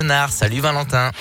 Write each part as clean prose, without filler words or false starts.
Bernard. Salut Valentin.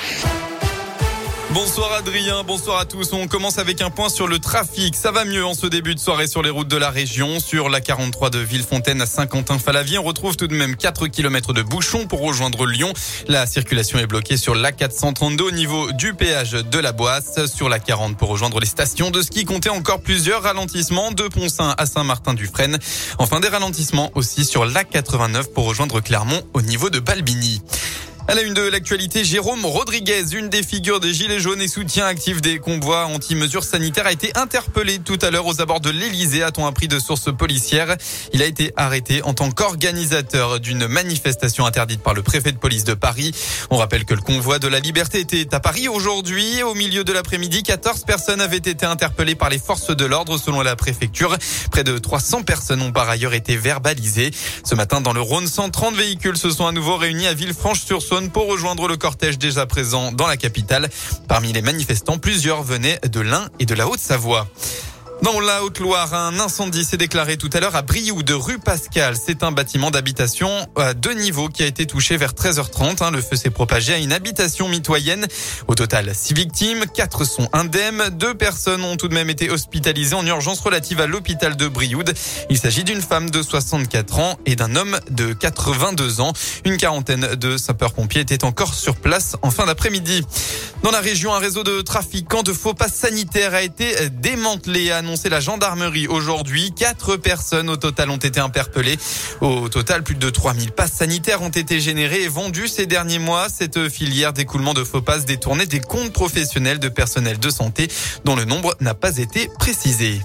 Bonsoir Adrien, bonsoir à tous. On commence avec un point sur le trafic. Ça va mieux en ce début de soirée sur les routes de la région. Sur la 43 de Villefontaine à Saint-Quentin-Fallavier, on retrouve tout de même 4 km de bouchons pour rejoindre Lyon. La circulation est bloquée sur l'A432 au niveau du péage de la Boisse. Sur la 40 pour rejoindre les stations de ski, comptez encore plusieurs ralentissements de Pont-Saint à Saint-Martin-du-Frêne. Enfin, des ralentissements aussi sur l'A89 pour rejoindre Clermont au niveau de Balbigny. À la une de l'actualité, Jérôme Rodriguez, une des figures des Gilets jaunes et soutien actif des convois anti-mesures sanitaires, a été interpellé tout à l'heure aux abords de l'Elysée, a-t-on appris de sources policières. Il a été arrêté en tant qu'organisateur d'une manifestation interdite par le préfet de police de Paris. On rappelle que le convoi de la liberté était à Paris aujourd'hui. Au milieu de l'après-midi, 14 personnes avaient été interpellées par les forces de l'ordre selon la préfecture. Près de 300 personnes ont par ailleurs été verbalisées. Ce matin, dans le Rhône, 130 véhicules se sont à nouveau réunis à Villefranche-sur-Saône pour rejoindre le cortège déjà présent dans la capitale. Parmi les manifestants, plusieurs venaient de l'Ain et de la Haute-Savoie. Dans la Haute-Loire, un incendie s'est déclaré tout à l'heure à Brioude, rue Pascal. C'est un bâtiment d'habitation à 2 niveaux qui a été touché vers 13h30. Le feu s'est propagé à une habitation mitoyenne. Au total, 6 victimes, 4 sont indemnes. 2 personnes ont tout de même été hospitalisées en urgence relative à l'hôpital de Brioude. Il s'agit d'une femme de 64 ans et d'un homme de 82 ans. Une quarantaine de sapeurs-pompiers étaient encore sur place en fin d'après-midi. Dans la région, un réseau de trafiquants de faux passes sanitaires a été démantelé, a annoncé la gendarmerie aujourd'hui. 4 personnes au total ont été interpellées. Au total, plus de 3000 passes sanitaires ont été générées et vendues ces derniers mois. Cette filière d'écoulement de faux passes détournait des comptes professionnels de personnel de santé dont le nombre n'a pas été précisé.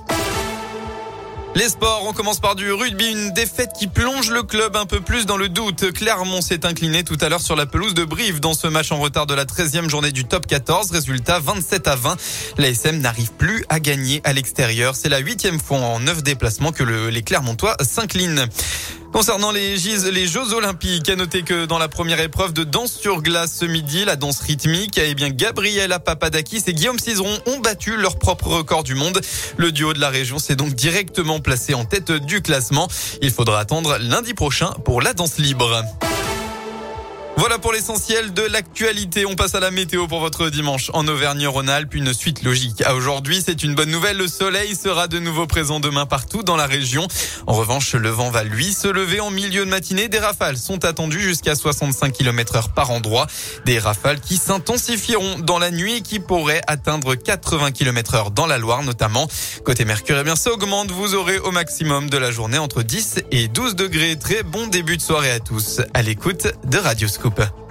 Les sports, on commence par du rugby, une défaite qui plonge le club un peu plus dans le doute. Clermont s'est incliné tout à l'heure sur la pelouse de Brive dans ce match en retard de la 13e journée du top 14. Résultat 27-20. L'ASM n'arrive plus à gagner à l'extérieur. C'est la 8e fois en 9 déplacements que les Clermontois s'inclinent. Concernant les Jeux Olympiques, à noter que dans la première épreuve de danse sur glace ce midi, la danse rythmique, Gabriela Papadakis et Guillaume Cizeron ont battu leur propre record du monde. Le duo de la région s'est donc directement placé en tête du classement. Il faudra attendre lundi prochain pour la danse libre. Voilà pour l'essentiel de l'actualité. On passe à la météo pour votre dimanche. En Auvergne-Rhône-Alpes, une suite logique à aujourd'hui. C'est une bonne nouvelle. Le soleil sera de nouveau présent demain partout dans la région. En revanche, le vent va lui se lever en milieu de matinée. Des rafales sont attendues jusqu'à 65 km/h par endroit. Des rafales qui s'intensifieront dans la nuit et qui pourraient atteindre 80 km/h dans la Loire notamment. Côté Mercure, ça augmente. Vous aurez au maximum de la journée entre 10 et 12 degrés. Très bon début de soirée à tous. À l'écoute de Radio Scoop.